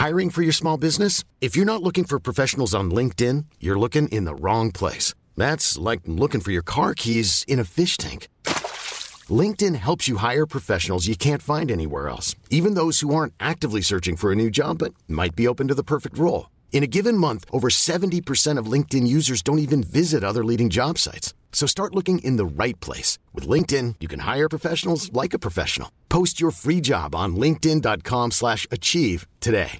Hiring for your small business? If you're not looking for professionals on LinkedIn, you're looking in the wrong place. That's like looking for your car keys in a fish tank. LinkedIn helps you hire professionals you can't find anywhere else, even those who aren't actively searching for a new job but might be open to the perfect role. In a given month, over 70% of LinkedIn users don't even visit other leading job sites. So start looking in the right place. With LinkedIn, you can hire professionals like a professional. Post your free job on linkedin.com/achieve today.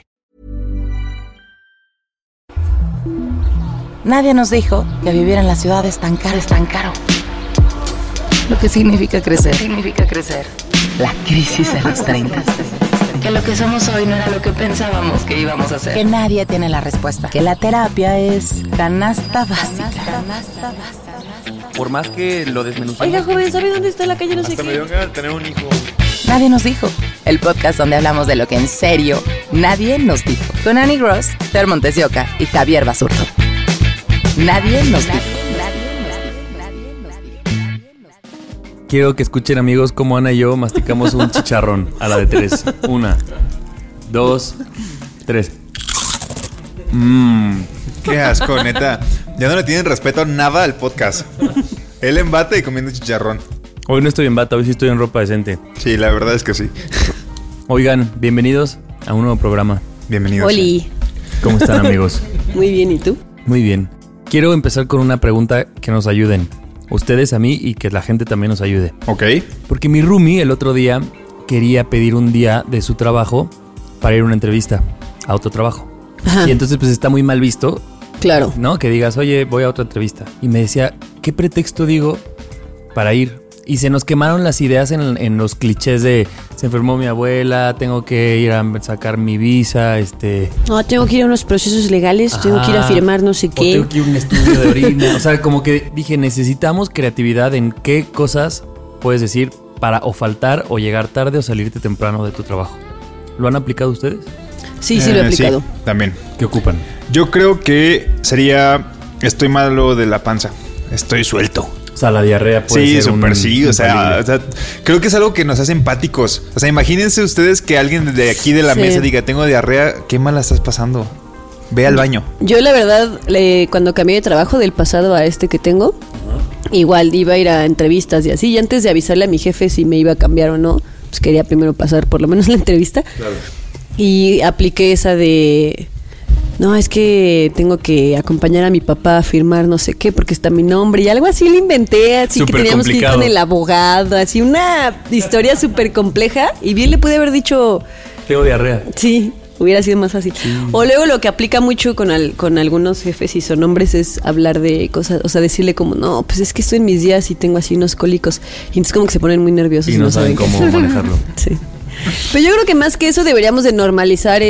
Nadie nos dijo que vivir en la ciudad es tan caro. Lo que significa crecer. La crisis de los 30. Que lo que somos hoy no era lo que pensábamos que íbamos a ser. Que nadie tiene la respuesta. Que la terapia es canasta básica. Por más que lo desmenucemos. Oiga, joven, ¿sabe dónde está la calle? No sé qué. Me dio ganas de tener un hijo. Nadie nos dijo. El podcast donde hablamos de lo que en serio nadie nos dijo. Con Annie Gross, Fer Montes de Oca y Javier Basurto. Nadie nos dijo. Quiero que escuchen, amigos, cómo Ana y yo masticamos un chicharrón a la de 3. 1, 2, 3. Qué asco, neta. Ya no le tienen respeto nada al podcast. Él en bata y comiendo chicharrón. Hoy no estoy en bata, hoy sí estoy en ropa decente. Sí, la verdad es que sí. Oigan, bienvenidos a un nuevo programa. Bienvenidos. Oli. ¿Cómo están, amigos? Muy bien, ¿y tú? Muy bien. Quiero empezar con una pregunta que nos ayuden. Ustedes a mí y que la gente también nos ayude. Ok. Porque mi roomie el otro día quería pedir un día de su trabajo para ir a una entrevista a otro trabajo. Ajá. Y entonces pues está muy mal visto, Claro. ¿no? Que digas, oye, voy a otra entrevista. Y me decía, ¿qué pretexto digo para ir? Y se nos quemaron las ideas en los clichés de se enfermó mi abuela, tengo que ir a sacar mi visa, No, tengo que ir a unos procesos legales, tengo que ir a firmar no sé o qué. tengo que ir a un estudio de orina. O sea, como que dije, necesitamos creatividad en qué cosas puedes decir para o faltar o llegar tarde o salirte temprano de tu trabajo. ¿Lo han aplicado ustedes? Sí, lo he aplicado. Sí, también. ¿Qué ocupan? Yo creo que sería estoy malo de la panza. Estoy suelto. O sea, la diarrea puede Sí, ser súper sí. O sea, infalible. creo que es algo que nos hace empáticos. O sea, imagínense ustedes que alguien de aquí de la mesa diga, tengo diarrea, qué mal la estás pasando. Ve al baño. Yo la verdad, cuando cambié de trabajo del pasado a este que tengo, igual iba a ir a entrevistas y así. Y antes de avisarle a mi jefe si me iba a cambiar o no, pues quería primero pasar por lo menos la entrevista. Claro. Y apliqué esa de... No, es que tengo que acompañar a mi papá a firmar no sé qué porque está mi nombre y algo así le inventé, así Súper que teníamos complicado. que ir con el abogado, así una historia súper compleja y bien le pude haber dicho, Tengo diarrea. sí, hubiera sido más fácil. O luego lo que aplica mucho con algunos jefes y son hombres es hablar de cosas, o sea, decirle como, no, pues es que estoy en mis días y tengo así unos cólicos y entonces como que se ponen muy nerviosos Y no saben qué cómo hacer. manejarlo. Sí. Pero yo creo que más que eso deberíamos de normalizar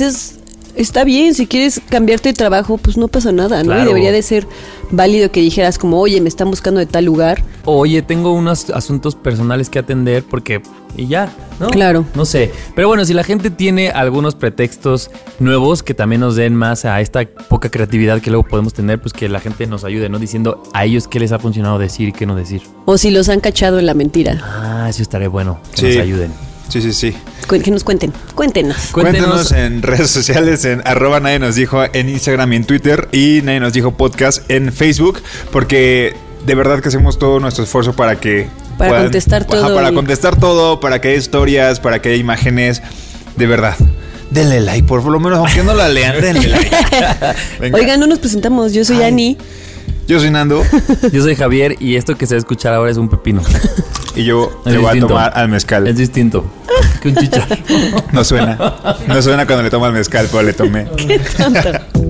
está bien, si quieres cambiarte de trabajo, pues no pasa nada, ¿no? Claro. Y debería de ser válido que dijeras como, oye, me están buscando de tal lugar. Oye, tengo unos asuntos personales que atender porque... Y ya, ¿no? Claro. No sé. Pero bueno, si la gente tiene algunos pretextos nuevos que también nos den más a esta poca creatividad que luego podemos tener, pues que la gente nos ayude, ¿no? Diciendo a ellos qué les ha funcionado decir y qué no decir. O si los han cachado en la mentira. Ah, eso estaría bueno. Que Sí. nos ayuden. Sí. Que nos cuenten, cuéntenos. Cuéntenos en redes sociales en @nadie nos dijo en Instagram y en Twitter y Nadie nos dijo podcast en Facebook porque de verdad que hacemos todo nuestro esfuerzo para que Para contestar todo para y- contestar todo, para que haya historias, para que haya imágenes, de verdad. Denle like, por lo menos aunque no la lean, denle like. Venga. Oigan, no nos presentamos, yo soy Ani. Yo soy Nando Yo soy Javier y esto que se va a escuchar ahora es un pepino. y yo Es le voy distinto. a tomar al mezcal. Es distinto que un chicharrón. No suena cuando le tomo al mezcal, pero le tomé. Qué tonto.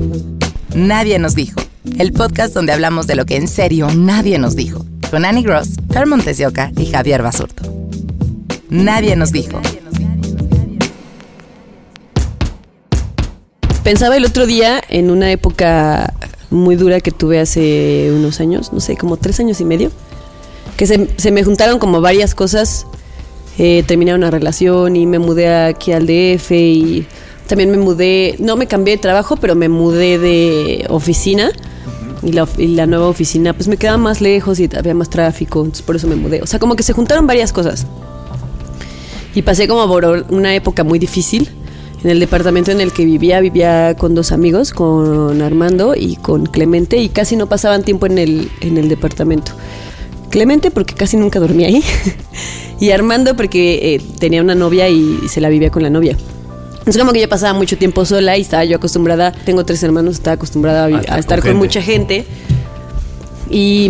Nadie nos dijo. El podcast donde hablamos de lo que en serio nadie nos dijo. Con Annie Gross, Fer Montes de Oca y Javier Basurto. Nadie nos dijo. Pensaba el otro día en una época muy dura que tuve hace unos años, no sé, como 3 años y medio, que se me juntaron como varias cosas. Terminé una relación y me mudé aquí al DF y también me mudé, no me cambié de trabajo, pero me mudé de oficina. Y la nueva oficina pues me quedaba más lejos y había más tráfico, entonces por eso me mudé. O sea, como que se juntaron varias cosas. Y pasé como por una época muy difícil en el departamento en el que vivía con 2 amigos, con Armando y con Clemente, y casi no pasaban tiempo en el departamento. Clemente porque casi nunca dormía ahí y Armando porque tenía una novia y se la vivía con la novia. Es como que yo pasaba mucho tiempo sola y estaba yo acostumbrada, tengo 3 hermanos, estaba acostumbrada a estar con mucha gente. Y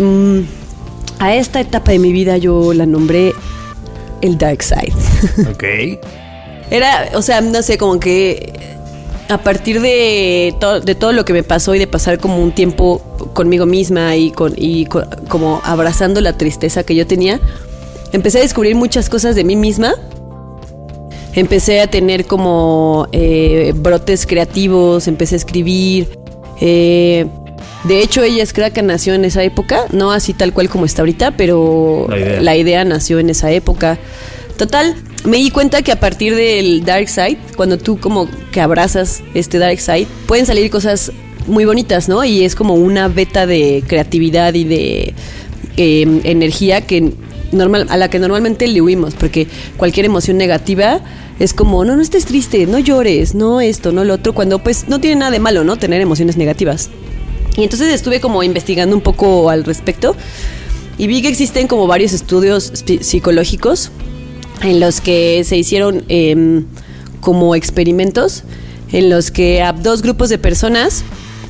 a esta etapa de mi vida yo la nombré el Dark Side. Ok. Era, o sea, no sé, como que a partir de todo lo que me pasó y de pasar como un tiempo conmigo misma y como abrazando la tristeza que yo tenía, empecé a descubrir muchas cosas de mí misma. Empecé a tener como brotes creativos, empecé a escribir. De hecho, Ella es Crack nació en esa época, no así tal cual como está ahorita, pero la idea nació en esa época. Total, me di cuenta que a partir del Dark Side, cuando tú como que abrazas este Dark Side, pueden salir cosas muy bonitas, ¿no? Y es como una veta de creatividad y de energía a la que normalmente le huimos, porque cualquier emoción negativa es como, no estés triste, no llores, no esto, no lo otro, cuando pues no tiene nada de malo, ¿no? Tener emociones negativas. Y entonces estuve como investigando un poco al respecto y vi que existen como varios estudios psicológicos en los que se hicieron como experimentos en los que a 2 grupos de personas,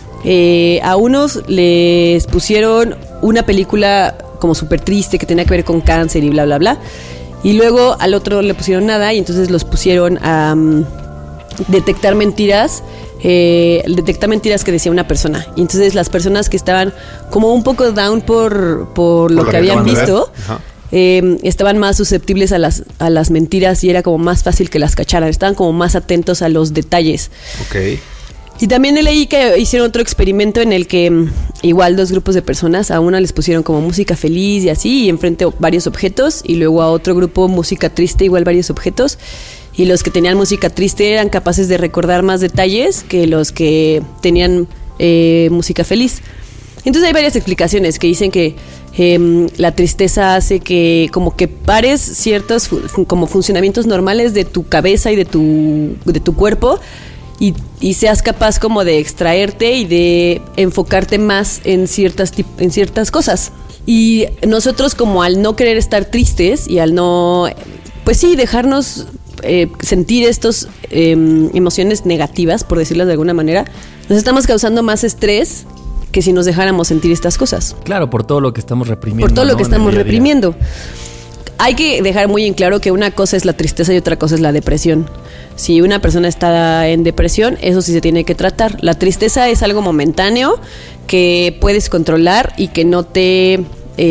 a unos les pusieron una película como súper triste que tenía que ver con cáncer y bla, bla, bla, y luego al otro le pusieron nada y entonces los pusieron a detectar mentiras que decía una persona. Y entonces las personas que estaban como un poco down por lo que habían visto, estaban más susceptibles a las mentiras y era como más fácil que las cacharan, estaban como más atentos a los detalles. Ok. Y también leí que hicieron otro experimento en el que igual 2 grupos de personas, a una les pusieron como música feliz y así, y enfrente varios objetos, y luego a otro grupo música triste, igual varios objetos, y los que tenían música triste eran capaces de recordar más detalles que los que tenían música feliz. Entonces hay varias explicaciones que dicen que la tristeza hace que como que pares ciertos como funcionamientos normales de tu cabeza y de tu cuerpo y seas capaz como de extraerte y de enfocarte más en ciertas cosas. Y nosotros como al no querer estar tristes y al no, pues sí, dejarnos sentir estos emociones negativas, por decirlo de alguna manera, nos estamos causando más estrés que si nos dejáramos sentir estas cosas. Claro, por todo lo que estamos reprimiendo. Por todo lo que estamos día a día. reprimiendo. Hay que dejar muy en claro que una cosa es la tristeza y otra cosa es la depresión. Si una persona está en depresión, eso sí se tiene que tratar. La tristeza es algo momentáneo que puedes controlar y que no te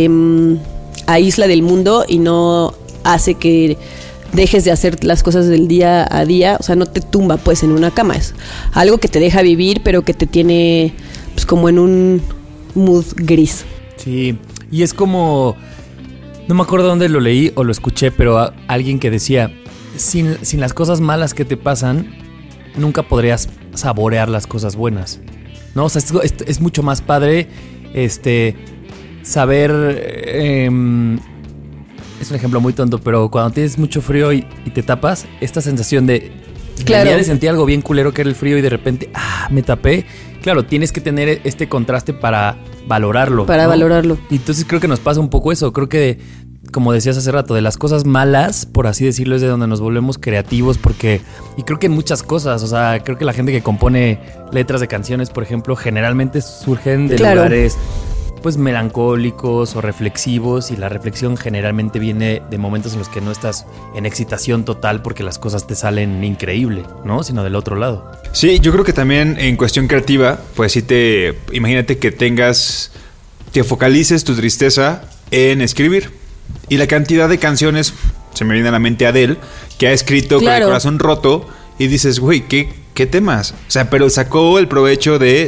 aísla del mundo y no hace que dejes de hacer las cosas del día a día. O sea, no te tumba pues en una cama. Es algo que te deja vivir, pero que te tiene pues como en un mood gris. Sí, y es como... No me acuerdo dónde lo leí o lo escuché, pero alguien que decía, sin las cosas malas que te pasan, nunca podrías saborear las cosas buenas, ¿no? O sea, es mucho más padre saber... es un ejemplo muy tonto, pero cuando tienes mucho frío y te tapas, esta sensación de... Claro. Venía de sentir algo bien culero que era el frío y de repente, me tapé. Claro, tienes que tener este contraste para valorarlo. Para, ¿no?, valorarlo. Y entonces creo que nos pasa un poco eso. Creo que, como decías hace rato, de las cosas malas, por así decirlo, es de donde nos volvemos creativos y creo que en muchas cosas, o sea, creo que la gente que compone letras de canciones, por ejemplo, generalmente surgen de lugares pues melancólicos o reflexivos, y la reflexión generalmente viene de momentos en los que no estás en excitación total porque las cosas te salen increíble, ¿no? Sino del otro lado. Sí, yo creo que también en cuestión creativa, pues sí imagínate que te focalices tu tristeza en escribir. Y la cantidad de canciones, se me viene a la mente Adele, que ha escrito con el corazón roto, y dices, güey, ¿qué temas? O sea, pero sacó el provecho de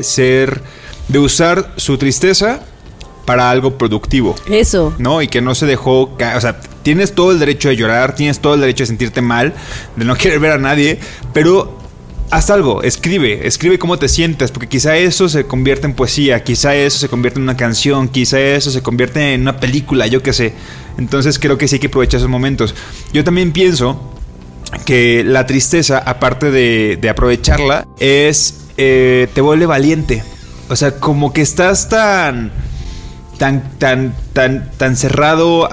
usar su tristeza para algo productivo. Eso. ¿No? Y que no se dejó... O sea, tienes todo el derecho de llorar, tienes todo el derecho de sentirte mal, de no querer ver a nadie, pero haz algo, escribe cómo te sientes, porque quizá eso se convierte en poesía, quizá eso se convierte en una canción, quizá eso se convierte en una película, yo qué sé. Entonces creo que sí hay que aprovechar esos momentos. Yo también pienso que la tristeza, aparte de aprovecharla, te vuelve valiente. O sea, como que estás tan cerrado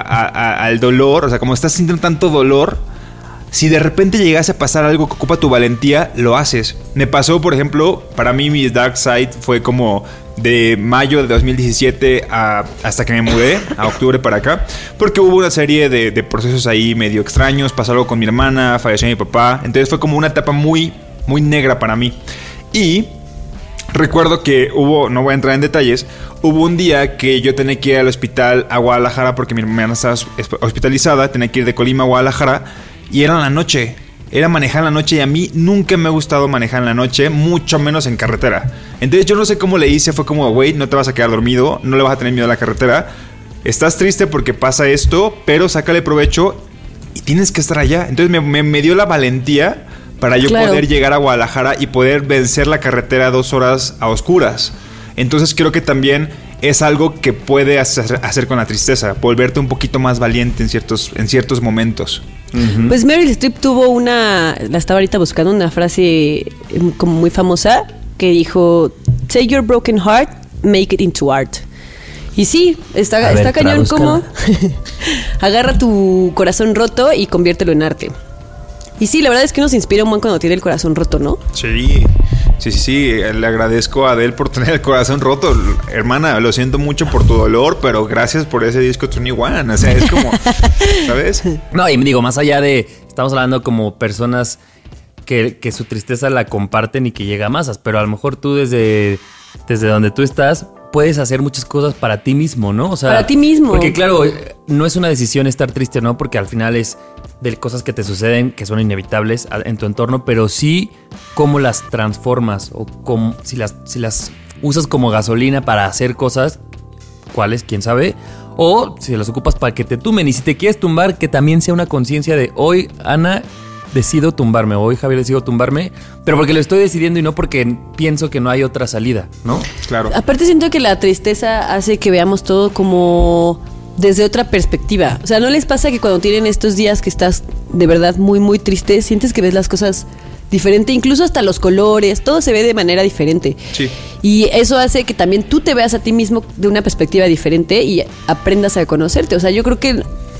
al dolor, o sea, como estás sintiendo tanto dolor, si de repente llegase a pasar algo que ocupa tu valentía, lo haces. Me pasó, por ejemplo, para mí mi dark side fue como de mayo de 2017 hasta que me mudé, a octubre para acá, porque hubo una serie de procesos ahí medio extraños. Pasó algo con mi hermana, falleció mi papá, entonces fue como una etapa muy, muy negra para mí. Y recuerdo que no voy a entrar en detalles, hubo un día que yo tenía que ir al hospital a Guadalajara porque mi hermana estaba hospitalizada, tenía que ir de Colima a Guadalajara y era en la noche, era manejar en la noche y a mí nunca me ha gustado manejar en la noche, mucho menos en carretera. Entonces yo no sé cómo le hice, fue como, güey, no te vas a quedar dormido, no le vas a tener miedo a la carretera, estás triste porque pasa esto, pero sácale provecho y tienes que estar allá. Entonces me dio la valentía para yo poder llegar a Guadalajara y poder vencer la carretera 2 horas a oscuras. Entonces creo que también es algo que puede hacer con la tristeza, volverte un poquito más valiente en ciertos momentos. Uh-huh. Pues Meryl Streep tuvo la estaba ahorita buscando, una frase como muy famosa que dijo: "Take your broken heart, make it into art". Y sí, está cañón como agarra tu corazón roto y conviértelo en arte. Y sí, la verdad es que uno se inspira un buen cuando tiene el corazón roto, ¿no? Sí. Le agradezco a Adele por tener el corazón roto. Hermana, lo siento mucho por tu dolor, pero gracias por ese disco 21. O sea, es como, ¿sabes? No, y digo, más allá de... Estamos hablando como personas que su tristeza la comparten y que llega a masas, pero a lo mejor tú desde donde tú estás puedes hacer muchas cosas para ti mismo, ¿no? O sea, para ti mismo. Porque claro, no es una decisión estar triste, ¿no? Porque al final es de cosas que te suceden, que son inevitables en tu entorno, pero sí cómo las transformas o si las usas como gasolina para hacer cosas, ¿cuáles? ¿Quién sabe? O si las ocupas para que te tumben. Y si te quieres tumbar, que también sea una conciencia de hoy, Ana, decido tumbarme, hoy, Javier, decido tumbarme, pero porque lo estoy decidiendo y no porque pienso que no hay otra salida, ¿no? Claro. Aparte siento que la tristeza hace que veamos todo como desde otra perspectiva. O sea, ¿no les pasa que cuando tienen estos días que estás de verdad muy, muy triste, sientes que ves las cosas diferente? Incluso hasta los colores, todo se ve de manera diferente. Sí. Y eso hace que también tú te veas a ti mismo de una perspectiva diferente y aprendas a conocerte. O sea, yo creo que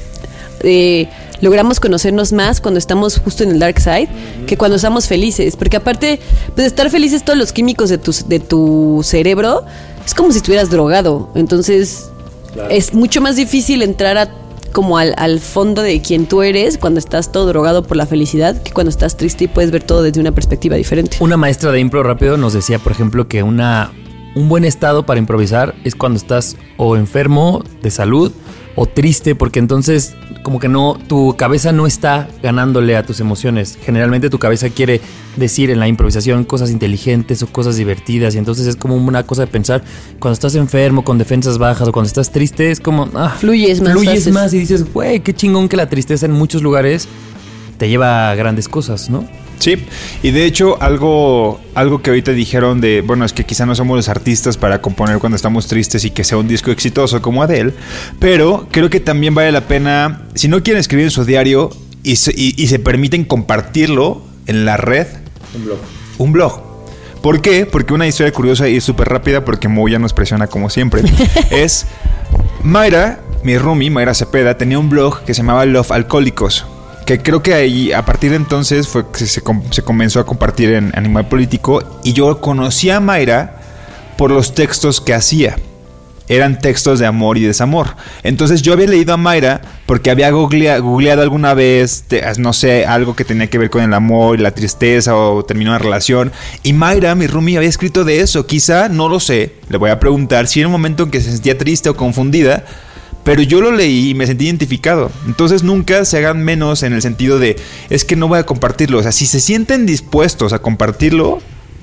logramos conocernos más cuando estamos justo en el dark side que cuando estamos felices. Porque aparte, pues estar felices, todos los químicos de tu cerebro, es como si estuvieras drogado. Entonces, claro, es mucho más difícil entrar como al fondo de quien tú eres cuando estás todo drogado por la felicidad que cuando estás triste y puedes ver todo desde una perspectiva diferente. Una maestra de impro rápido nos decía, por ejemplo, que un buen estado para improvisar es cuando estás o enfermo de salud o triste, porque entonces como que tu cabeza no está ganándole a tus emociones. Generalmente tu cabeza quiere decir en la improvisación cosas inteligentes o cosas divertidas, y entonces es como una cosa de pensar. Cuando estás enfermo, con defensas bajas, o cuando estás triste, es como fluyes más y dices, güey, qué chingón que la tristeza en muchos lugares te lleva a grandes cosas, ¿no? Sí, y de hecho algo que ahorita dijeron es que quizá no somos los artistas para componer cuando estamos tristes y que sea un disco exitoso como Adele, pero creo que también vale la pena, si no quieren escribir en su diario y se permiten compartirlo en la red, un blog. ¿Por qué? Porque una historia curiosa y súper rápida, porque Mo ya nos presiona como siempre, es Mayra, mi roomie, Mayra Cepeda, tenía un blog que se llamaba Love Alcohólicos, que creo que ahí, a partir de entonces, fue que se comenzó a compartir en Animal Político. Y yo conocí a Mayra por los textos que hacía. Eran textos de amor y desamor. Entonces yo había leído a Mayra porque había googleado alguna vez, no sé, algo que tenía que ver con el amor y la tristeza o terminó una relación. Y Mayra, mi roomie, había escrito de eso. Quizá, no lo sé, le voy a preguntar si era un momento en que se sentía triste o confundida. Pero yo lo leí y me sentí identificado. Entonces nunca se hagan menos en el sentido de, es que no voy a compartirlo. O sea, si se sienten dispuestos a compartirlo,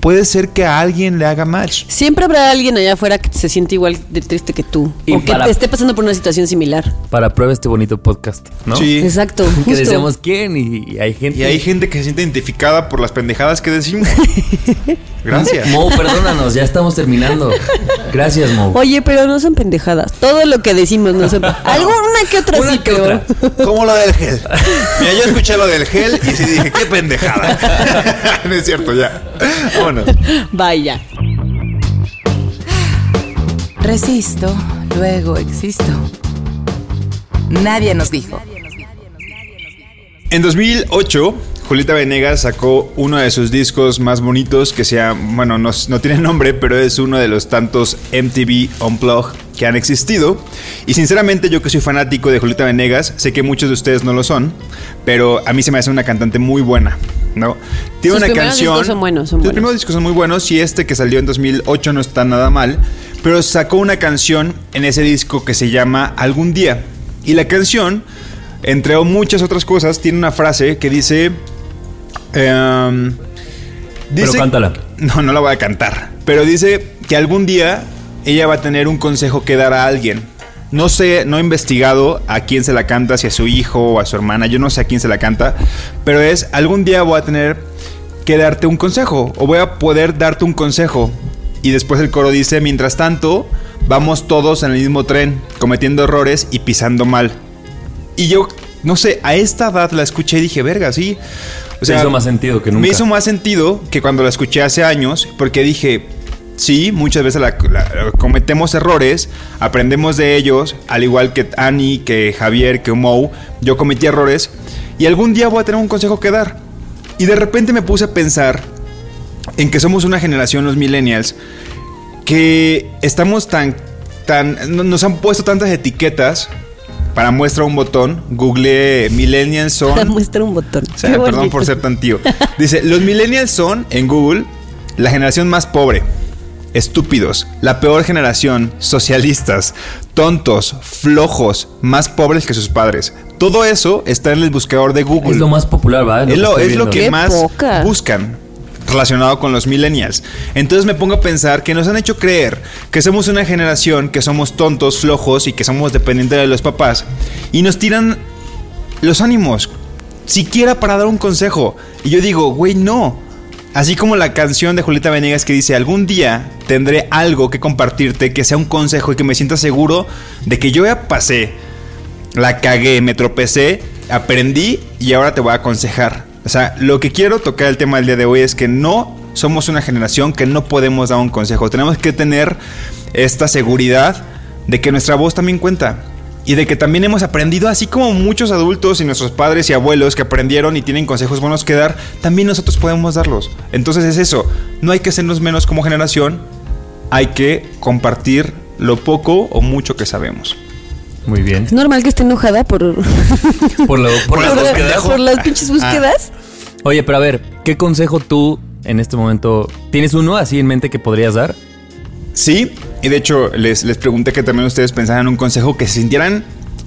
puede ser que a alguien le haga match. Siempre habrá alguien allá afuera que se siente igual de triste que tú. Y o que esté pasando por una situación similar. Para prueba este bonito podcast, ¿no? Sí. Exacto, Que justo. decíamos quién y hay gente. Y hay gente que se siente identificada por las pendejadas que decimos. Gracias. Mo, perdónanos, ya estamos terminando. Gracias, Mo. Oye, pero no son pendejadas. Todo lo que decimos no son... Alguna que otra Una sí, que pero... otra. Como lo del gel. Mira, yo escuché lo del gel y sí dije, qué pendejada. No es cierto, ya. Vámonos. Vaya. Resisto, luego existo. Nadie nos dijo. En 2008, Julieta Venegas sacó uno de sus discos más bonitos que sea, bueno, no tiene nombre, pero es uno de los tantos MTV Unplugged que han existido. Y sinceramente, yo que soy fanático de Julieta Venegas, sé que muchos de ustedes no lo son, pero a mí se me hace una cantante muy buena, ¿no? Tiene Sus una primeros canción. discos son buenos, son Sus buenos. primeros discos son muy buenos y este que salió en 2008 no está nada mal, pero sacó una canción en ese disco que se llama Algún Día. Y la canción, entre muchas otras cosas, tiene una frase que dice... Pero cántala. No la voy a cantar. Pero dice que algún día ella va a tener un consejo que dar a alguien. No sé, no he investigado a quién se la canta, si a su hijo o a su hermana. Yo no sé a quién se la canta. Pero es, algún día voy a tener que darte un consejo. O voy a poder darte un consejo. Y después el coro dice, mientras tanto, vamos todos en el mismo tren, cometiendo errores y pisando mal. Y yo, no sé, a esta edad la escuché y dije, verga, sí. O sea, me hizo más sentido que nunca. Me hizo más sentido que cuando la escuché hace años, porque dije, sí, muchas veces cometemos errores, aprendemos de ellos, al igual que Annie, que Javier, que Mo, yo cometí errores, y algún día voy a tener un consejo que dar. Y de repente me puse a pensar en que somos una generación, los millennials, que estamos nos han puesto tantas etiquetas. Para muestra un botón, googleé millennials son... Para muestra un botón. O sea, perdón por ser tan tío. Dice, los millennials son, en Google, la generación más pobre, estúpidos, la peor generación, socialistas, tontos, flojos, más pobres que sus padres. Todo eso está en el buscador de Google. Es lo más popular, ¿verdad? Es lo que Qué más poca. buscan relacionado con los millennials. Entonces me pongo a pensar que nos han hecho creer que somos una generación que somos tontos, flojos y que somos dependientes de los papás y nos tiran los ánimos siquiera para dar un consejo. Y yo digo, güey, no. Así como la canción de Julieta Venegas que dice, algún día tendré algo que compartirte que sea un consejo y que me sienta seguro de que yo ya pasé, la cagué, me tropecé, aprendí y ahora te voy a aconsejar. O sea, lo que quiero tocar el tema del día de hoy es que no somos una generación que no podemos dar un consejo. Tenemos que tener esta seguridad de que nuestra voz también cuenta. Y de que también hemos aprendido, así como muchos adultos y nuestros padres y abuelos que aprendieron y tienen consejos buenos que dar, también nosotros podemos darlos. Entonces es eso, no hay que hacernos menos como generación, hay que compartir lo poco o mucho que sabemos. Muy bien. Es normal que esté enojada por las búsquedas. por las pinches búsquedas. Oye, pero a ver, ¿qué consejo tú en este momento tienes uno así en mente que podrías dar? Sí, y de hecho les pregunté que también ustedes pensaran un consejo que se sintieran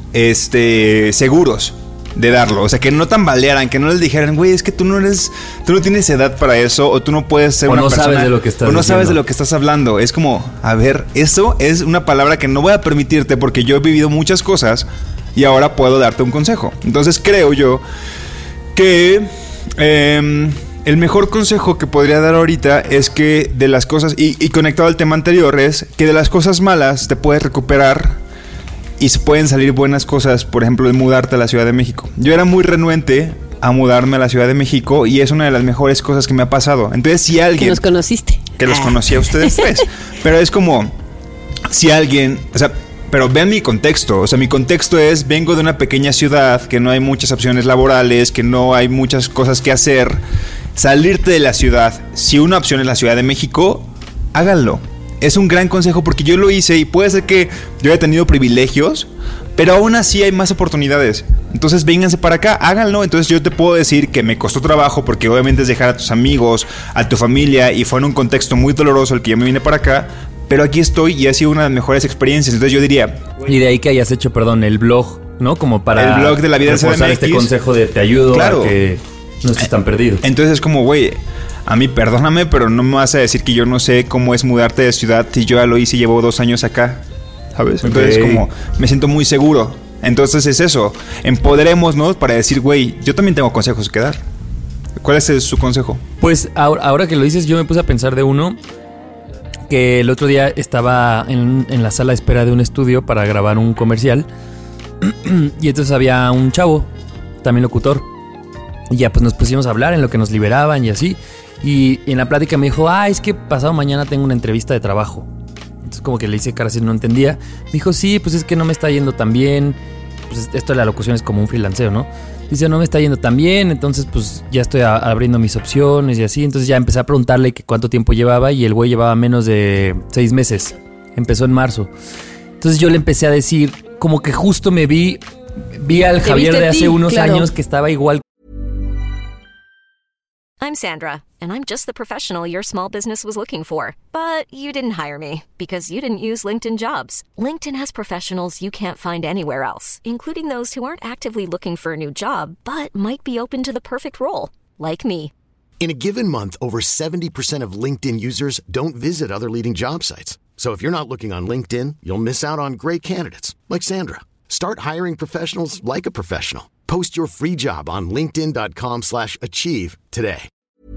seguros de darlo, o sea, que no tambalearan, que no les dijeran, güey, es que tú no tienes edad para eso, o tú no puedes ser una persona, sabes de lo que estás o no sabes diciendo. de lo que estás hablando. Es como, a ver, eso es una palabra que no voy a permitirte porque yo he vivido muchas cosas y ahora puedo darte un consejo. Entonces creo yo que el mejor consejo que podría dar ahorita es que de las cosas, y conectado al tema anterior, es que de las cosas malas te puedes recuperar y se pueden salir buenas cosas. Por ejemplo, de mudarte a la Ciudad de México. Yo era muy renuente a mudarme a la Ciudad de México y es una de las mejores cosas que me ha pasado. Entonces, si alguien... Que nos conociste. Que los conocí a ustedes tres. Pero es como, si alguien... O sea, pero vean mi contexto. O sea, mi contexto es, vengo de una pequeña ciudad, que no hay muchas opciones laborales, que no hay muchas cosas que hacer. Salirte de la ciudad, si una opción es la Ciudad de México, háganlo. Es un gran consejo porque yo lo hice y puede ser que yo haya tenido privilegios, pero aún así hay más oportunidades. Entonces vénganse para acá, háganlo. Entonces yo te puedo decir que me costó trabajo porque obviamente es dejar a tus amigos, a tu familia, y fue en un contexto muy doloroso el que yo me vine para acá, pero aquí estoy y ha sido una de las mejores experiencias. Entonces yo diría... Y de ahí que hayas hecho, el blog, ¿no? Como para... El blog de la vida en reforzar CDMX. este consejo de te ayudo, Claro. a que no estés tan perdido. Entonces es como, güey, a mí perdóname, pero no me vas a decir que yo no sé cómo es mudarte de ciudad si yo ya lo hice y llevo 2 años acá, ¿sabes? Entonces como me siento muy seguro. Entonces es eso, empoderémonos para decir, güey, yo también tengo consejos que dar. ¿Cuál es su consejo? Pues ahora que lo dices, yo me puse a pensar de uno que el otro día estaba en la sala de espera de un estudio para grabar un comercial y entonces había un chavo, también locutor, y ya pues nos pusimos a hablar en lo que nos liberaban y así, y en la plática me dijo, es que pasado mañana tengo una entrevista de trabajo. Entonces como que le hice cara así, no entendía. Me dijo, sí, pues es que no me está yendo tan bien, pues esto de la locución es como un freelanceo, ¿no? Dice, no me está yendo tan bien, entonces pues ya estoy abriendo mis opciones y así. Entonces ya empecé a preguntarle que cuánto tiempo llevaba y el güey llevaba menos de 6 meses. Empezó en marzo. Entonces yo le empecé a decir, como que justo me vi al Javier de hace unos años que estaba igual. I'm Sandra, and I'm just the professional your small business was looking for. But you didn't hire me because you didn't use LinkedIn Jobs. LinkedIn has professionals you can't find anywhere else, including those who aren't actively looking for a new job, but might be open to the perfect role, like me. In a given month, over 70% of LinkedIn users don't visit other leading job sites. So if you're not looking on LinkedIn, you'll miss out on great candidates like Sandra. Start hiring professionals like a professional. Post your free job on linkedin.com/achieve today.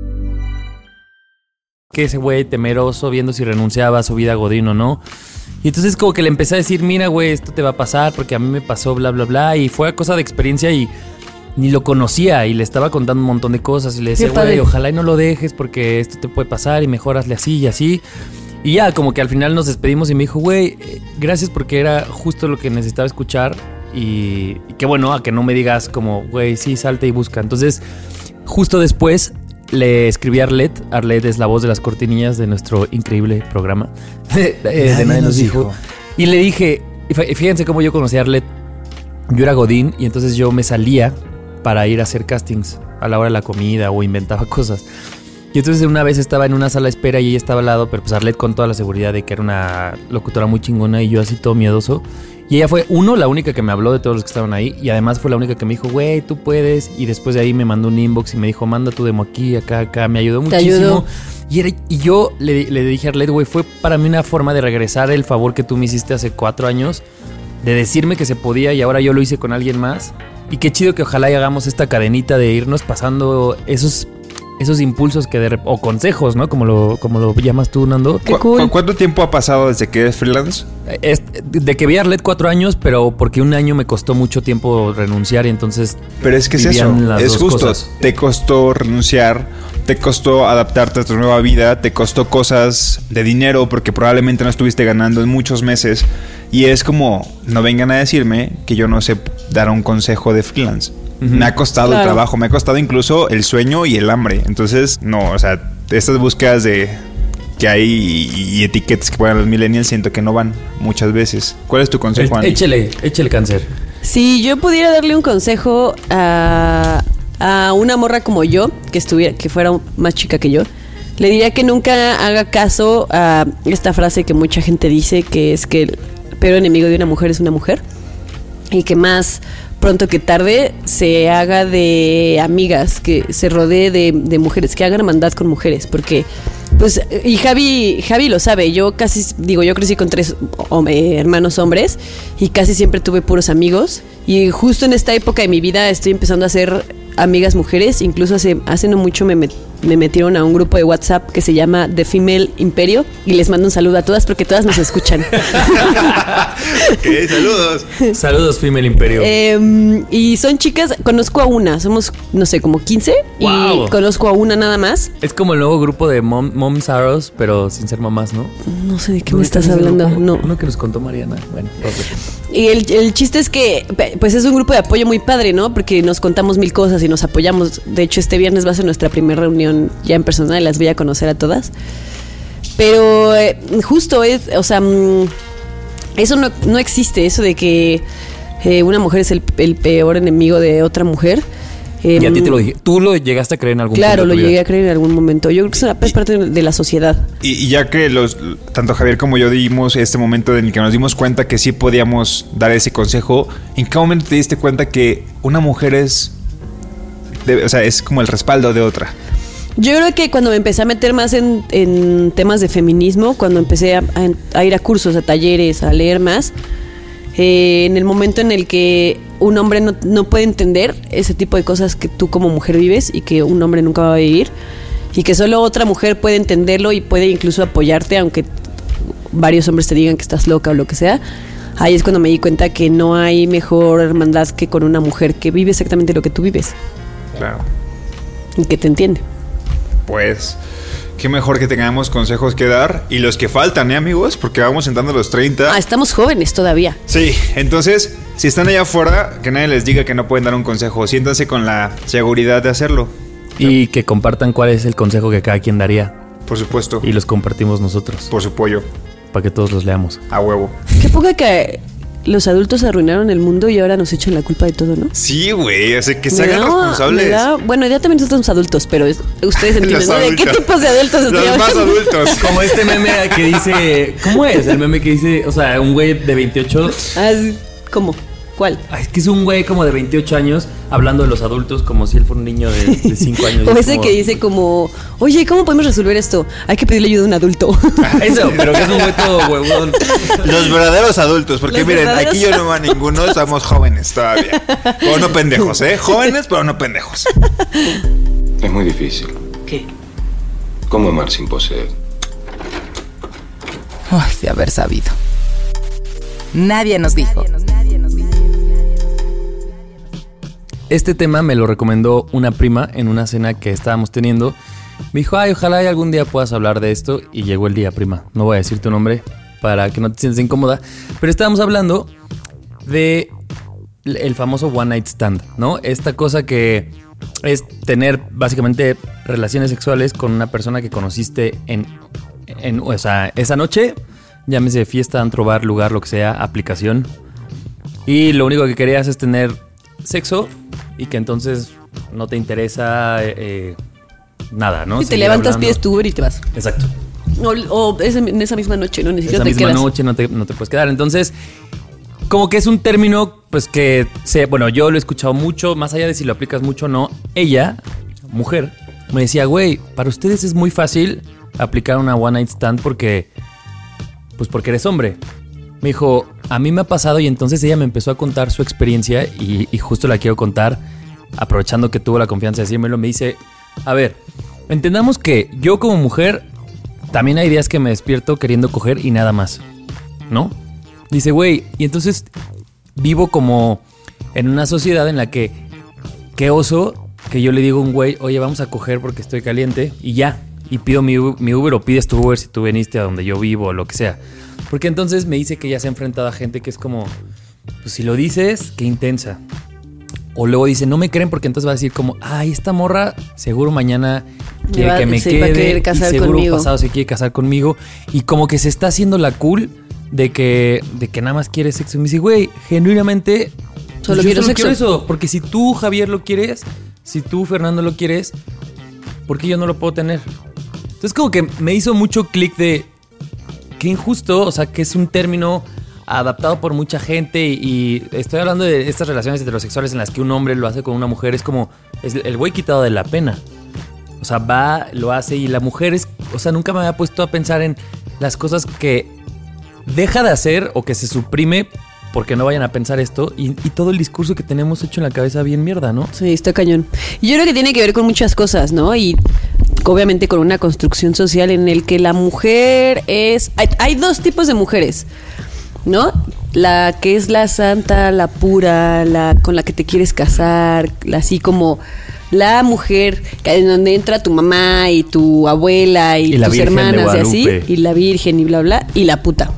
Que ese güey temeroso viendo si renunciaba a su vida godín o no. Y entonces como que le empecé a decir, mira güey, esto te va a pasar porque a mí me pasó bla bla bla. Y fue cosa de experiencia y ni lo conocía y le estaba contando un montón de cosas. Y le decía, güey, ojalá y no lo dejes porque esto te puede pasar y mejor hazle así y así. Y ya como que al final nos despedimos y me dijo, güey, gracias porque era justo lo que necesitaba escuchar. Y qué bueno, a que no me digas como, güey, sí, salte y busca. Entonces, justo después le escribí a Arlet. Arlet es la voz de las cortinillas de nuestro increíble programa. De Nadie nos dijo. Y le dije, fíjense cómo yo conocí a Arlet. Yo era godín y entonces yo me salía para ir a hacer castings a la hora de la comida o inventaba cosas. Y entonces una vez estaba en una sala de espera y ella estaba al lado, pero pues Arlet con toda la seguridad de que era una locutora muy chingona y yo así todo miedoso. Y ella fue, la única que me habló de todos los que estaban ahí. Y además fue la única que me dijo, güey, tú puedes. Y después de ahí me mandó un inbox y me dijo, manda tu demo aquí, acá. Me ayudó muchísimo. Y yo le dije a Arlet, güey, fue para mí una forma de regresar el favor que tú me hiciste hace 4 años. De decirme que se podía y ahora yo lo hice con alguien más. Y qué chido que ojalá y hagamos esta cadenita de irnos pasando esos impulsos o consejos, ¿no? Como lo llamas tú, Nando. Qué cool. ¿Cuánto tiempo ha pasado desde que eres freelance? De que vi a Arlet 4 años, pero porque 1 año me costó mucho tiempo renunciar y entonces... Pero es que es eso, es justo. Cosas. Te costó renunciar, te costó adaptarte a tu nueva vida, te costó cosas de dinero porque probablemente no estuviste ganando en muchos meses. Y es como, no vengan a decirme que yo no sé dar un consejo de freelance. Me ha costado el trabajo, me ha costado incluso el sueño y el hambre. Entonces, no, o sea, estas búsquedas que hay y etiquetas que ponen los millennials siento que no van muchas veces. ¿Cuál es tu consejo, Andy? Échele cáncer. Si yo pudiera darle un consejo a una morra como yo, que fuera más chica que yo, le diría que nunca haga caso a esta frase que mucha gente dice, que es que el peor enemigo de una mujer es una mujer. Y que más pronto que tarde se haga de amigas, que se rodee de mujeres, que hagan hermandad con mujeres, porque pues, y Javi lo sabe, yo crecí con 3 hermanos hombres y casi siempre tuve puros amigos, y justo en esta época de mi vida estoy empezando a hacer amigas mujeres. Incluso hace no mucho me metieron a un grupo de WhatsApp que se llama The Female Imperio y les mando un saludo a todas porque todas nos escuchan. Okay, saludos. Saludos, Female Imperio. Y son chicas, conozco a una, somos no sé, como 15. Wow. Y conozco a una nada más. Es como el nuevo grupo de Moms Arrows, pero sin ser mamás, ¿no? No sé de qué me estás hablando. No. Uno que nos contó Mariana. Bueno, y el chiste es que pues es un grupo de apoyo muy padre, ¿no? Porque nos contamos 1000 cosas y nos apoyamos. De hecho, este viernes va a ser nuestra primera reunión ya en persona y las voy a conocer a todas. Pero justo eso no existe, eso de que una mujer es el peor enemigo de otra mujer. Y a ti te lo dije. ¿Tú lo llegaste a creer en algún momento? Claro, lo llegué a creer en algún momento. Yo creo que es parte de la sociedad. Y ya que tanto Javier como yo dimos este momento en el que nos dimos cuenta que sí podíamos dar ese consejo, ¿en qué momento te diste cuenta que una mujer es como el respaldo de otra? Yo creo que cuando me empecé a meter más en temas de feminismo, cuando empecé a ir a cursos, a talleres, a leer más, en el momento en el que un hombre no puede entender ese tipo de cosas que tú como mujer vives y que un hombre nunca va a vivir, y que solo otra mujer puede entenderlo y puede incluso apoyarte, aunque varios hombres te digan que estás loca o lo que sea, ahí es cuando me di cuenta que no hay mejor hermandad que con una mujer que vive exactamente lo que tú vives. Claro. Y que te entiende. Pues, qué mejor que tengamos consejos que dar. Y los que faltan, amigos, porque vamos entrando a los 30. Estamos jóvenes todavía. Sí, entonces, si están allá afuera, que nadie les diga que no pueden dar un consejo. Siéntanse con la seguridad de hacerlo. Y que compartan cuál es el consejo que cada quien daría. Por supuesto. Y los compartimos nosotros. Por su pollo. Para que todos los leamos. A huevo. Qué poca que los adultos arruinaron el mundo y ahora nos echan la culpa de todo, ¿no? Sí, güey, o sea, que se hagan responsables. Bueno, ya también nosotros somos adultos, pero ustedes entienden, ¿no? ¿De qué tipos de adultos estoy hablando? Los más adultos. Como este meme que dice... ¿Cómo es? El meme que dice... O sea, un güey de 28... ¿Cómo? ¿Cuál? Es que es un güey como de 28 años hablando de los adultos como si él fuera un niño de 5 años. O ese como... que dice como, oye, ¿cómo podemos resolver esto? Hay que pedirle ayuda a un adulto. Eso, pero que es un güey todo huevón. Los verdaderos adultos, porque miren, aquí yo no va a ninguno, somos jóvenes todavía. O no pendejos, ¿eh? Jóvenes, pero no pendejos. Es muy difícil. ¿Qué? ¿Cómo amar sin poseer? Ay, de haber sabido. Nadie nos dijo. Este tema me lo recomendó una prima en una cena que estábamos teniendo. Me dijo, ojalá algún día puedas hablar de esto. Y llegó el día, prima. No voy a decir tu nombre para que no te sientas incómoda. Pero estábamos hablando de el famoso one night stand, ¿no? Esta cosa que es tener básicamente relaciones sexuales con una persona que conociste o sea, esa noche. Llámese fiesta, antro, bar, lugar, lo que sea, aplicación. Y lo único que querías es tener sexo y que entonces no te interesa nada, ¿no? Y te levantas, pides tu Uber y te vas. Exacto. O en esa misma noche, no necesitas te quedas. Esa misma noche no te puedes quedar. Entonces, como que es un término, pues que bueno, yo lo he escuchado mucho, más allá de si lo aplicas mucho o no. Ella, mujer, me decía, güey, para ustedes es muy fácil aplicar una one night stand porque eres hombre. Me dijo, a mí me ha pasado, y entonces ella me empezó a contar su experiencia y justo la quiero contar, aprovechando que tuvo la confianza de decírmelo. Me dice, a ver, entendamos que yo como mujer también hay días que me despierto queriendo coger y nada más, ¿no? Dice, güey, y entonces vivo como en una sociedad en la que, qué oso que yo le digo a un güey, oye, vamos a coger porque estoy caliente, y ya, y pido mi Uber o pides tu Uber si tú viniste a donde yo vivo o lo que sea. Porque entonces me dice que ya se ha enfrentado a gente que es como, pues si lo dices, qué intensa. O luego dice, no me creen porque entonces va a decir como, esta morra seguro mañana quiere que me quede. Va a querer casar y seguro conmigo. Pasado se quiere casar conmigo. Y como que se está haciendo la cool de que nada más quiere sexo. Y me dice, güey, genuinamente solo quiero eso. Porque si tú, Javier, lo quieres, si tú, Fernando, lo quieres, ¿por qué yo no lo puedo tener? Entonces como que me hizo mucho clic de... Qué injusto, o sea, que es un término adaptado por mucha gente y estoy hablando de estas relaciones heterosexuales en las que un hombre lo hace con una mujer, es como es el güey quitado de la pena. O sea, va, lo hace y la mujer es, o sea, nunca me había puesto a pensar en las cosas que deja de hacer o que se suprime porque no vayan a pensar esto y todo el discurso que tenemos hecho en la cabeza bien mierda, ¿no? Sí, está cañón. Y yo creo que tiene que ver con muchas cosas, ¿no? Y obviamente con una construcción social en el que la mujer es... Hay dos tipos de mujeres, ¿no? La que es la santa, la pura, la con la que te quieres casar, así como la mujer en donde entra tu mamá y tu abuela y tus hermanas y así, y la virgen y bla, bla, y la puta.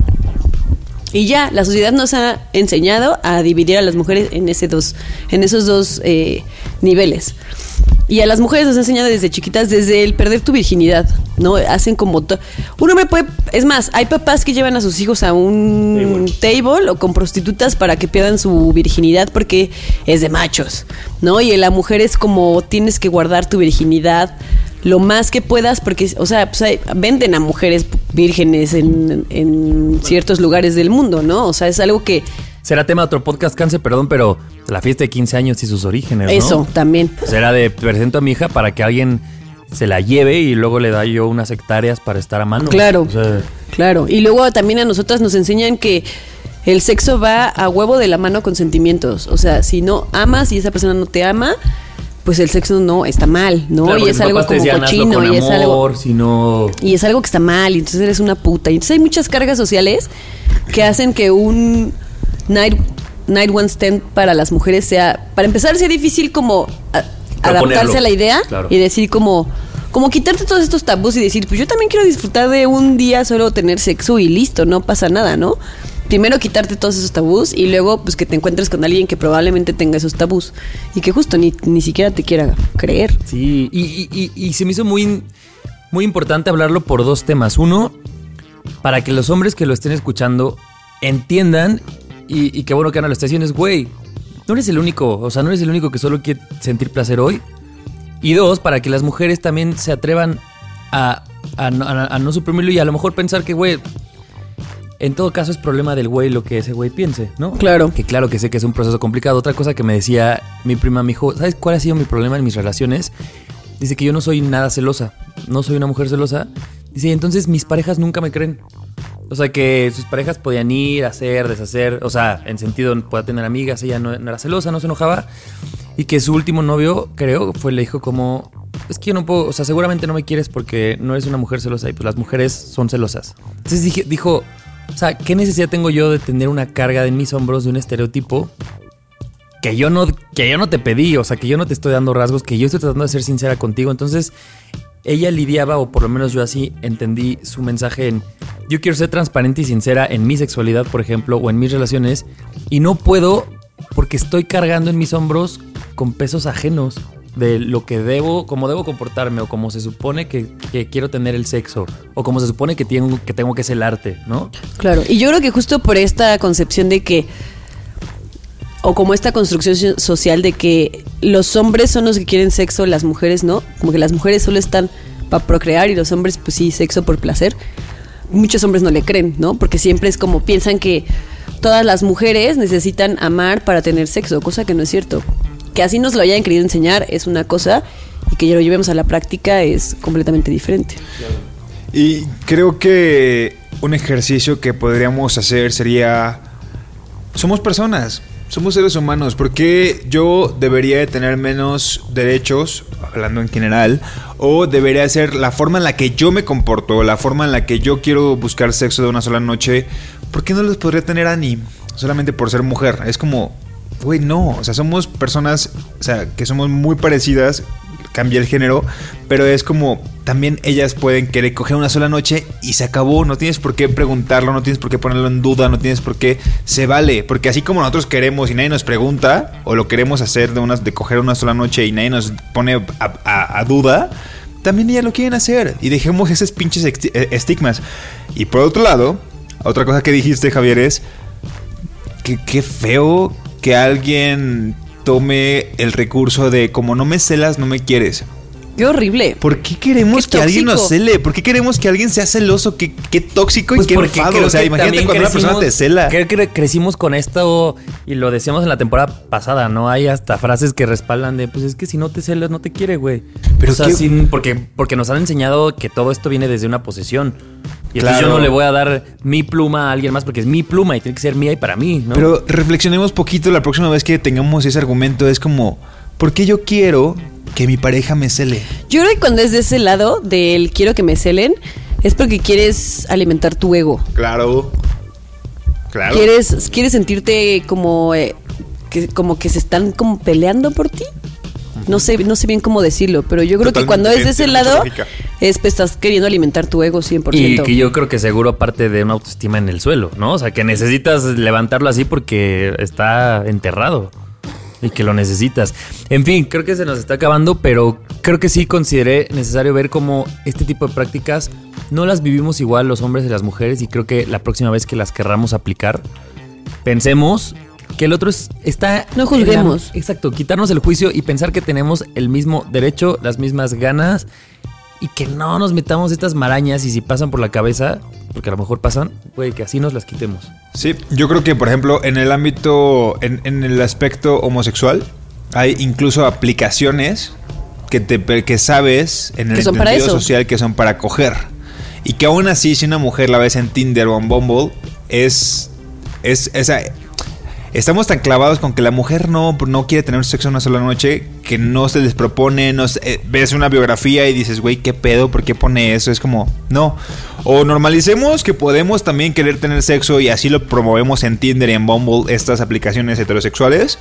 Y ya, la sociedad nos ha enseñado a dividir a las mujeres en esos dos niveles. Y a las mujeres nos ha enseñado desde chiquitas, desde el perder tu virginidad, ¿no? Hacen como... un hombre puede... Es más, hay papás que llevan a sus hijos a un table o con prostitutas para que pierdan su virginidad porque es de machos, ¿no? Y la mujer es como, tienes que guardar tu virginidad lo más que puedas porque, o sea, pues venden a mujeres vírgenes en ciertos lugares del mundo, ¿no? O sea, es algo que... Será tema de otro podcast, Cáncer, perdón, pero la fiesta de 15 años y sus orígenes, ¿no? Eso, también. Será de presento a mi hija para que alguien se la lleve y luego le da yo unas hectáreas para estar a mano. Claro, O sea, claro. Y luego también a nosotras nos enseñan que el sexo va a huevo de la mano con sentimientos. O sea, si no amas y esa persona no te ama, pues el sexo no está mal, ¿no? claro, Y es mis algo papás te como decían, hazlo cochino con y es algo amor, si no... y es algo que está mal y entonces eres una puta. Y entonces hay muchas cargas sociales que hacen que un night one stand para las mujeres sea, para empezar, sea difícil como adaptarse a la idea, claro. Y decir como quitarte todos estos tabús y decir, pues yo también quiero disfrutar de un día solo tener sexo y listo, no pasa nada, ¿no? Primero quitarte todos esos tabús y luego pues que te encuentres con alguien que probablemente tenga esos tabús y que justo ni siquiera te quiera creer. Sí, y se me hizo muy, muy importante hablarlo por dos temas. Uno, para que los hombres que lo estén escuchando entiendan, y qué bueno que Ana lo está diciendo, es güey, no eres el único, o sea, no eres el único que solo quiere sentir placer hoy. Y dos, para que las mujeres también se atrevan a no suprimirlo y a lo mejor pensar que, güey, en todo caso es problema del güey lo que ese güey piense, ¿no? Claro. Que claro que sé que es un proceso complicado. Otra cosa que me decía mi prima, me dijo, ¿sabes cuál ha sido mi problema en mis relaciones? Dice que yo no soy nada celosa, no soy una mujer celosa. Dice, y entonces mis parejas nunca me creen. O sea, que sus parejas podían ir, hacer, deshacer. O sea, en sentido, podía tener amigas, ella no era celosa, no se enojaba. Y que su último novio, creo, le dijo como, es que yo no puedo, o sea, seguramente no me quieres porque no eres una mujer celosa y pues las mujeres son celosas. Entonces dijo, o sea, ¿qué necesidad tengo yo de tener una carga en mis hombros de un estereotipo que yo no te pedí? O sea, que yo no te estoy dando rasgos, que yo estoy tratando de ser sincera contigo. Entonces, ella lidiaba, o por lo menos yo así entendí su mensaje en, yo quiero ser transparente y sincera en mi sexualidad, por ejemplo, o en mis relaciones, y no puedo porque estoy cargando en mis hombros con pesos ajenos de lo que debo, cómo debo comportarme, o cómo se supone que quiero tener el sexo, o cómo se supone que tengo que ser el arte, ¿no? Claro, y yo creo que justo por esta concepción de que, o como esta construcción social de que los hombres son los que quieren sexo, las mujeres no, como que las mujeres solo están para procrear y los hombres pues sí, sexo por placer. Muchos hombres no le creen, ¿no? Porque siempre es como piensan que todas las mujeres necesitan amar para tener sexo, cosa que no es cierto. Que así nos lo hayan querido enseñar es una cosa y que ya lo llevemos a la práctica es completamente diferente. Y creo que un ejercicio que podríamos hacer sería, somos personas, somos seres humanos, ¿por qué yo debería de tener menos derechos, hablando en general, o debería ser la forma en la que yo me comporto, la forma en la que yo quiero buscar sexo de una sola noche? ¿Por qué no los podría tener Ani solamente por ser mujer? Es como, güey, no, o sea, somos personas, o sea, que somos muy parecidas, cambia el género, pero es como, también ellas pueden querer coger una sola noche y se acabó, no tienes por qué preguntarlo, no tienes por qué ponerlo en duda, no tienes por qué, se vale, porque así como nosotros queremos y nadie nos pregunta, o lo queremos hacer de coger una sola noche y nadie nos pone a duda, también ellas lo quieren hacer, y dejemos esos pinches estigmas. Y por otro lado, otra cosa que dijiste, Javier, es que qué feo que alguien tome el recurso de como no me celas, no me quieres. Qué horrible. ¿Por qué queremos que alguien nos cele? ¿Por qué queremos que alguien sea celoso? Qué tóxico pues y qué enfado. O sea, imagínate cuando una persona te cela. Creo que crecimos con esto y lo decíamos en la temporada pasada, ¿no? Hay hasta frases que respaldan de, pues es que si no te celas, no te quiere, güey. Pero o sea, porque nos han enseñado que todo esto viene desde una posesión. Y entonces yo no le voy a dar mi pluma a alguien más porque es mi pluma y tiene que ser mía y para mí, ¿no? Pero reflexionemos poquito la próxima vez que tengamos ese argumento. Es como, ¿por qué yo quiero que mi pareja me cele? Yo creo que cuando es de ese lado del quiero que me celen, es porque quieres alimentar tu ego. Claro. Quieres sentirte como que se están como peleando por ti. No sé bien cómo decirlo, pero yo creo que cuando es de ese lado es pues estás queriendo alimentar tu ego 100%. Y que yo creo que seguro parte de una autoestima en el suelo, ¿no? O sea, que necesitas levantarlo así porque está enterrado y que lo necesitas. En fin, creo que se nos está acabando, pero creo que sí consideré necesario ver cómo este tipo de prácticas no las vivimos igual los hombres y las mujeres, y creo que la próxima vez que las querramos aplicar, pensemos que el otro está... No juzguemos. Exacto, quitarnos el juicio y pensar que tenemos el mismo derecho, las mismas ganas, y que no nos metamos estas marañas, y si pasan por la cabeza, porque a lo mejor pasan, puede que así nos las quitemos. Sí, yo creo que, por ejemplo, en el ámbito, en el aspecto homosexual, hay incluso aplicaciones que sabes en el Que son para entendido eso. social que son para coger. Y que aún así, si una mujer la ves en Tinder o en Bumble, estamos tan clavados con que la mujer no quiere tener sexo una sola noche, que no se les propone, ves una biografía y dices, güey, ¿qué pedo? ¿Por qué pone eso? Es como, no. O normalicemos que podemos también querer tener sexo y así lo promovemos en Tinder y en Bumble, estas aplicaciones heterosexuales.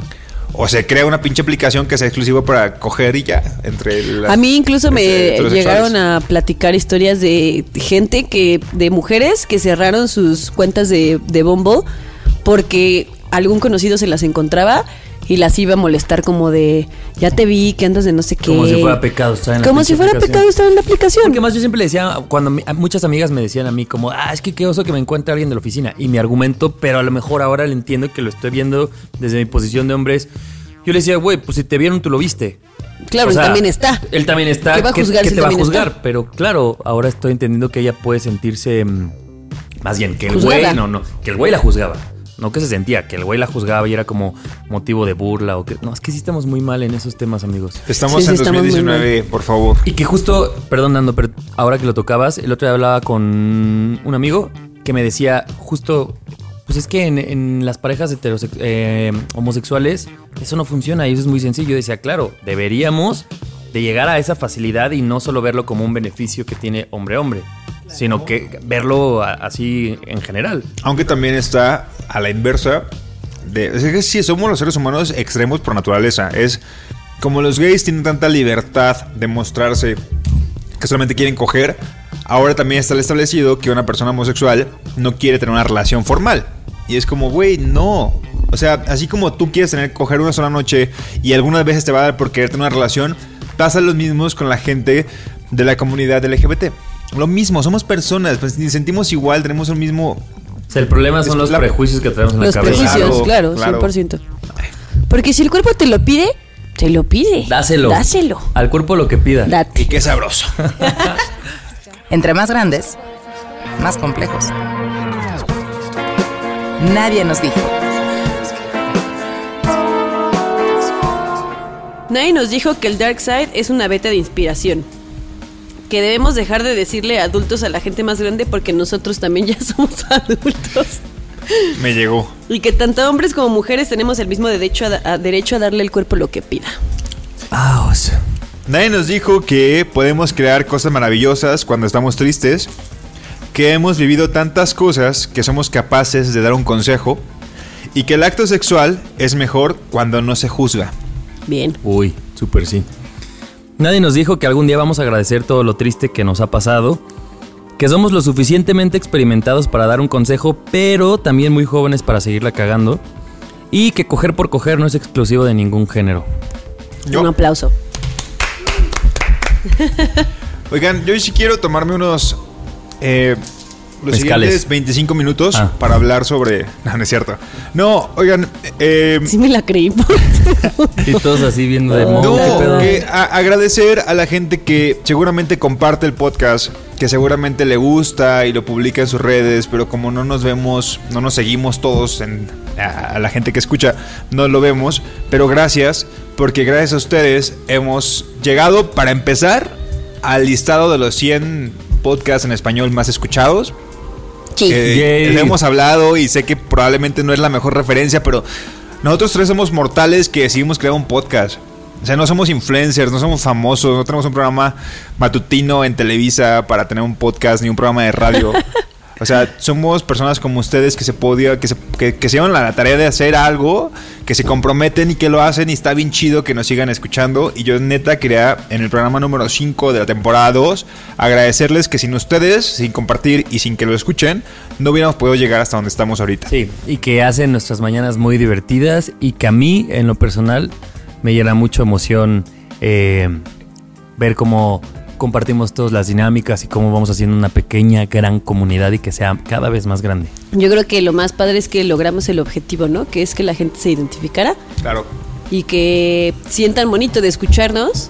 O se crea una pinche aplicación que sea exclusiva para coger y ya, A mí incluso me heterosexuales. llegaron a platicar historias de gente de mujeres que cerraron sus cuentas de Bumble porque algún conocido se las encontraba y las iba a molestar como de, ya te vi que andas de no sé qué. Como si fuera pecado estar en la Como si fuera aplicación. pecado estar en la aplicación. Porque más yo siempre le decía, cuando muchas amigas me decían a mí como, es que qué oso que me encuentre alguien de la oficina. Y mi argumento, pero a lo mejor ahora le entiendo que lo estoy viendo desde mi posición de hombres. Yo le decía, güey, pues si te vieron, tú lo viste. Claro, O sea, él también está. Él también está. ¿Qué va a juzgar ¿Qué si te va a también juzgar? está? Pero claro, ahora estoy entendiendo que ella puede sentirse... más bien, que el Juzgada. güey... No, que el güey la juzgaba. No que se sentía, que el güey la juzgaba y era como motivo de burla o que... No, es que sí estamos muy mal en esos temas, amigos. Estamos Sí, en estamos muy 2019, por favor. Y que justo, perdón Nando, pero ahora que lo tocabas, el otro día hablaba con un amigo que me decía justo, pues es que en las parejas homosexuales eso no funciona y eso es muy sencillo. Yo decía, claro, deberíamos de llegar a esa facilidad y no solo verlo como un beneficio que tiene hombre-hombre, sino que verlo así en general. Aunque también está a la inversa. Es que sí, somos los seres humanos extremos por naturaleza. Es como los gays tienen tanta libertad de mostrarse que solamente quieren coger. Ahora también está establecido que una persona homosexual no quiere tener una relación formal. Y es como, güey, no. O sea, así como tú quieres coger una sola noche y algunas veces te va a dar por querer tener una relación, pasa lo mismo con la gente de la comunidad LGBT. Lo mismo, somos personas, pues sentimos igual, tenemos el mismo... O sea, el problema son los prejuicios que traemos en la Los cabeza. prejuicios, claro, 100%. Porque si el cuerpo te lo pide, te lo pide. Dáselo. Dáselo. Al cuerpo lo que pida. Date. Y qué sabroso. Entre más grandes, más complejos. Nadie nos dijo. Nadie nos dijo que el Dark Side es una beta de inspiración. Que debemos dejar de decirle adultos a la gente más grande porque nosotros también ya somos adultos. Me llegó. Y que tanto hombres como mujeres tenemos el mismo derecho a darle al cuerpo lo que pida. Nadie nos dijo que podemos crear cosas maravillosas cuando estamos tristes, que hemos vivido tantas cosas que somos capaces de dar un consejo y que el acto sexual es mejor cuando no se juzga. Bien. Uy, súper sí. Nadie nos dijo que algún día vamos a agradecer todo lo triste que nos ha pasado, que somos lo suficientemente experimentados para dar un consejo, pero también muy jóvenes para seguirla cagando, y que coger por coger no es exclusivo de ningún género. Un aplauso. Oigan, yo hoy sí quiero tomarme unos... los Mezcales. siguientes 25 minutos para hablar sobre... No, no es cierto. No, oigan... Sí me la creí. Y todos así viendo de modo. No, agradecer a la gente que seguramente comparte el podcast, que seguramente le gusta y lo publica en sus redes, pero como no nos vemos, no nos seguimos todos, a la gente que escucha, no lo vemos, pero gracias, porque gracias a ustedes hemos llegado, para empezar, al listado de los 100 podcasts en español más escuchados. Sí. Le hemos hablado y sé que probablemente no es la mejor referencia, pero nosotros tres somos mortales que decidimos crear un podcast. O sea, no somos influencers, no somos famosos, no tenemos un programa matutino en Televisa para tener un podcast ni un programa de radio. O sea, somos personas como ustedes que se llevan la tarea de hacer algo, que se comprometen y que lo hacen, y está bien chido que nos sigan escuchando. Y yo neta quería, en el programa número 5 de la temporada 2, agradecerles que sin ustedes, sin compartir y sin que lo escuchen, no hubiéramos podido llegar hasta donde estamos ahorita. Sí, y que hacen nuestras mañanas muy divertidas y que a mí, en lo personal, me llena mucho emoción ver cómo compartimos todas las dinámicas y cómo vamos haciendo una pequeña, gran comunidad y que sea cada vez más grande. Yo creo que lo más padre es que logramos el objetivo, ¿no? Que es que la gente se identificara. Claro. Y que sientan bonito de escucharnos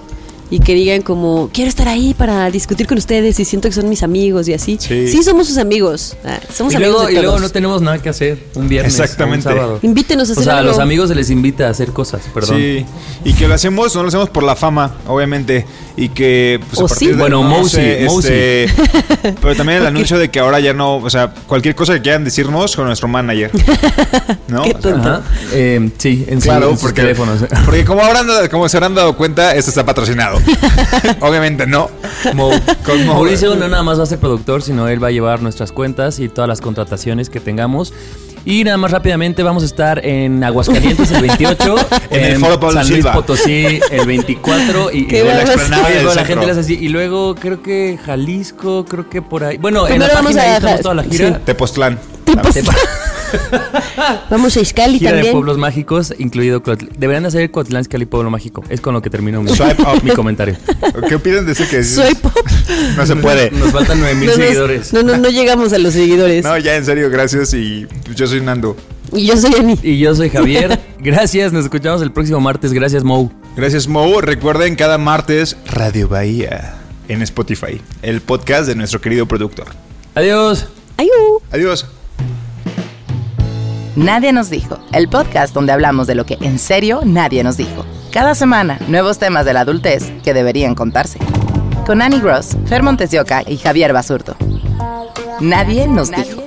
y que digan como, quiero estar ahí para discutir con ustedes y siento que son mis amigos y así. Sí, somos sus amigos. Somos y amigos luego, de todos. Y luego no tenemos nada que hacer un viernes. Exactamente. O un sábado. Invítenos a hacer a algo. los amigos se les invita a hacer cosas, perdón. Sí, y que lo hacemos, no lo hacemos por la fama, obviamente. Y que pues, O a partir sí. de Bueno, Mousy. pero también el anuncio de que ahora ya no, o sea, cualquier cosa que quieran decirnos con nuestro manager, ¿no? Qué O sea, tonto. Ajá. Sí, en, claro, en sus porque, teléfonos. porque como se habrán dado cuenta, esto está patrocinado. Obviamente no. Con Mauricio no nada más va a ser productor, sino él va a llevar nuestras cuentas y todas las contrataciones que tengamos. Y nada más rápidamente vamos a estar en Aguascalientes el 28, En el Foro Pablo San Luis Silva. Potosí el 24 y Qué luego barbas. explanada del la centro. gente le hace así. Y luego creo que Jalisco, creo que por ahí. Bueno, Primero en la vamos página a ahí estamos dejar- toda la gira. Tepoztlán. Vamos a Izcali Gira de también. pueblos mágicos, incluido Cuautla. Deberían de hacer Cuauhtlán, Izcalli, pueblo mágico. Es con lo que termino Swipe up. mi comentario. ¿Qué opinan de ese que dices? Soy pop. No se puede. Nos faltan 9,000 seguidores. No llegamos a los seguidores. No, ya en serio, gracias. Y yo soy Nando. Y yo soy Ani. Y yo soy Javier. Gracias, nos escuchamos el próximo martes. Gracias, Mou. Gracias, Mo. Recuerden cada martes Radio Bahía en Spotify, el podcast de nuestro querido productor. Adiós. Ayú. Adiós. Nadie nos dijo, el podcast donde hablamos de lo que en serio nadie nos dijo. Cada semana, nuevos temas de la adultez que deberían contarse. Con Annie Gross, Fer Montes de Oca y Javier Basurto. Nadie nos dijo.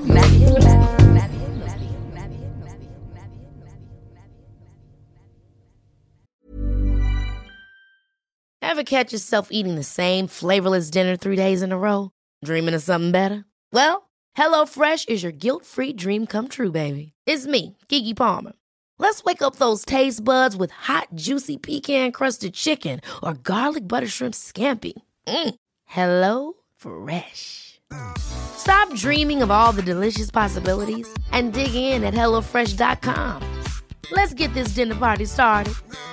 Ever catch yourself eating the same flavorless dinner 3 days in a row? Dreaming of something better? Well, HelloFresh is your guilt-free dream come true, baby. It's me, Keke Palmer. Let's wake up those taste buds with hot, juicy pecan-crusted chicken or garlic butter shrimp scampi. Hello Fresh. Stop dreaming of all the delicious possibilities and dig in at HelloFresh.com. Let's get this dinner party started.